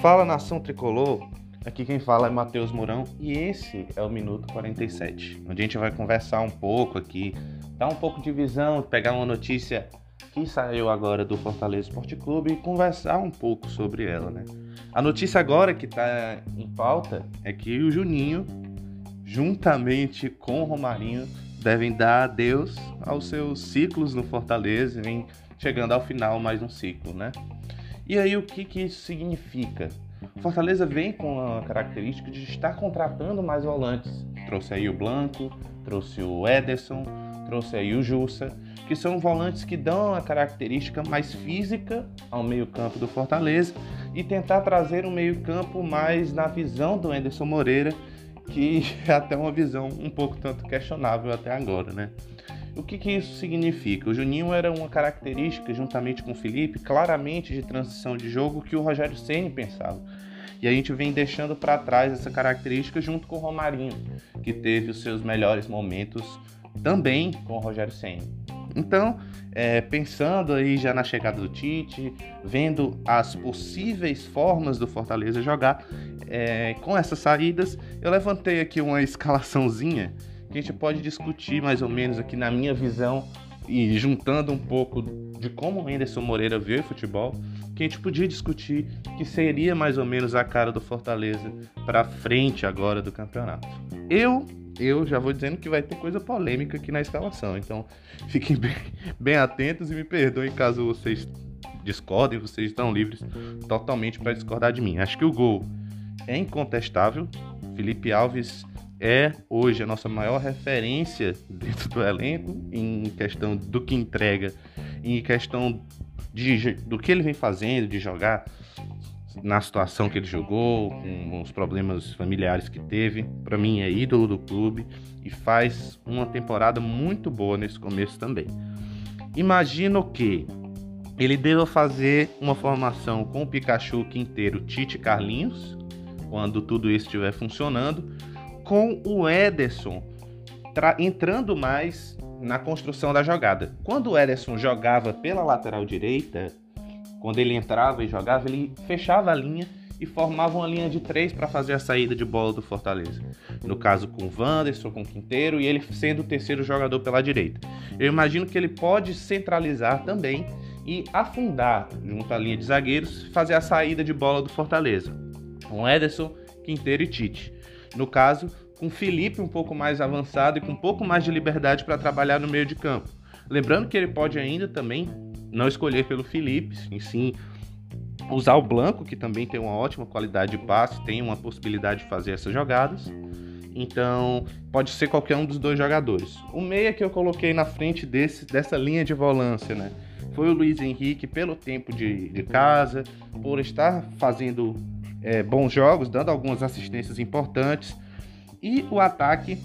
Fala, nação tricolor, aqui quem fala é Matheus Mourão e esse é o Minuto 47, onde a gente vai conversar um pouco aqui, dar um pouco de visão, pegar uma notícia que saiu agora do Fortaleza Esporte Clube e conversar um pouco sobre ela, né? A notícia agora que está em pauta é que o Juninho, juntamente com o Romarinho, devem dar adeus aos seus ciclos no Fortaleza e vem chegando ao final mais um ciclo, né? E aí o que isso significa? O Fortaleza vem com a característica de estar contratando mais volantes. Trouxe aí o Blanco, trouxe o Ederson, trouxe aí o Jussa, que são volantes que dão a característica mais física ao meio-campo do Fortaleza e tentar trazer um meio-campo mais na visão do Anderson Moreira, que é até uma visão um pouco tanto questionável até agora, né? O que isso significa? O Juninho era uma característica, juntamente com o Felipe, claramente de transição de jogo que o Rogério Ceni pensava. E a gente vem deixando para trás essa característica junto com o Romarinho, que teve os seus melhores momentos também com o Rogério Ceni. Então, pensando aí já na chegada do Tite, vendo as possíveis formas do Fortaleza jogar, com essas saídas, eu levantei aqui uma escalaçãozinha que a gente pode discutir mais ou menos aqui na minha visão e juntando um pouco de como o Anderson Moreira vê o futebol, que a gente podia discutir que seria mais ou menos a cara do Fortaleza para frente agora do campeonato. Eu já vou dizendo que vai ter coisa polêmica aqui na escalação, então fiquem bem atentos e me perdoem caso vocês discordem, vocês estão livres totalmente para discordar de mim. Acho que o gol é incontestável, Felipe Alves é hoje a nossa maior referência dentro do elenco em questão do que entrega, em questão do que ele vem fazendo, de jogar na situação que ele jogou, com os problemas familiares que teve. Para mim é ídolo do clube e faz uma temporada muito boa nesse começo também. Imagino que ele deva fazer uma formação com o Pikachu, Quinteiro, Tite e Carlinhos, quando tudo isso estiver funcionando, com o Ederson entrando mais na construção da jogada. Quando o Ederson jogava pela lateral direita, quando ele entrava e jogava, ele fechava a linha e formava uma linha de 3 para fazer a saída de bola do Fortaleza. No caso com o Wanderson, com o Quinteiro e ele sendo o terceiro jogador pela direita. Eu imagino que ele pode centralizar também e afundar junto à linha de zagueiros, fazer a saída de bola do Fortaleza. Com Ederson, Quinteiro e Tite. No caso, com Felipe um pouco mais avançado e com um pouco mais de liberdade para trabalhar no meio de campo. Lembrando que ele pode ainda também não escolher pelo Felipe, e sim usar o Blanco, que também tem uma ótima qualidade de passe, tem uma possibilidade de fazer essas jogadas. Então, pode ser qualquer um dos dois jogadores. O meia que eu coloquei na frente dessa linha de volância, né, foi o Luiz Henrique, pelo tempo de casa, por estar fazendo bons jogos, dando algumas assistências importantes. E o ataque,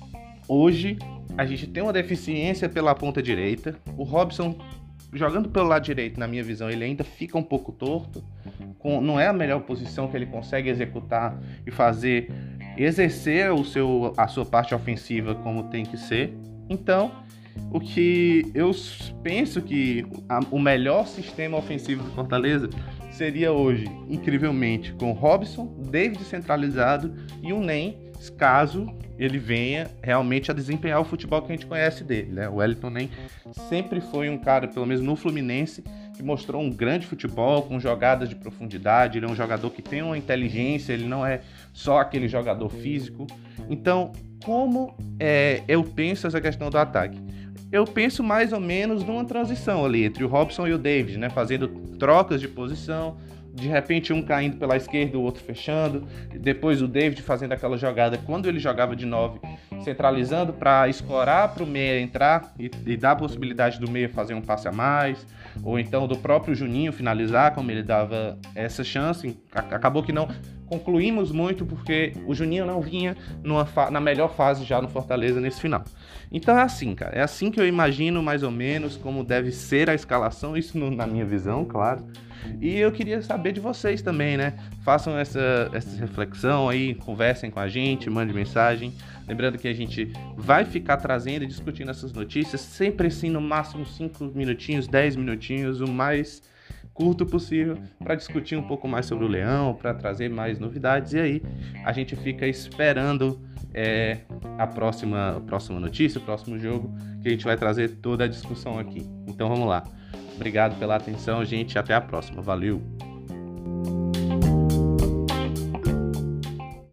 hoje, a gente tem uma deficiência pela ponta direita. O Robson, jogando pelo lado direito, na minha visão, ele ainda fica um pouco torto. Não é a melhor posição que ele consegue executar e exercer a sua parte ofensiva como tem que ser. Então, o que eu penso que o melhor sistema ofensivo do Fortaleza seria hoje, incrivelmente, com o Robson, David centralizado e o Nem, caso ele venha realmente a desempenhar o futebol que a gente conhece dele, né? O Wellington Nem sempre foi um cara, pelo menos no Fluminense, que mostrou um grande futebol, com jogadas de profundidade. Ele é um jogador que tem uma inteligência, ele não é só aquele jogador físico. Então, como eu penso essa questão do ataque? Eu penso mais ou menos numa transição ali entre o Robson e o David, né? Fazendo trocas de posição, de repente um caindo pela esquerda, o outro fechando, depois o David fazendo aquela jogada quando ele jogava de 9, centralizando para escorar para o meia entrar e dar a possibilidade do meia fazer um passe a mais, ou então do próprio Juninho finalizar, como ele dava essa chance. Acabou que não concluímos muito porque o Juninho não vinha na melhor fase já no Fortaleza nesse final. Então é assim, cara, é assim que eu imagino mais ou menos como deve ser a escalação, isso na minha visão, claro. E eu queria saber de vocês também, né? Façam essa reflexão aí, conversem com a gente, mandem mensagem. Lembrando que a gente vai ficar trazendo e discutindo essas notícias, sempre assim no máximo 5 minutinhos, 10 minutinhos, o mais curto possível para discutir um pouco mais sobre o Leão, para trazer mais novidades. E aí a gente fica esperando a próxima notícia, o próximo jogo, que a gente vai trazer toda a discussão aqui. Então vamos lá. Obrigado pela atenção, gente. Até a próxima. Valeu!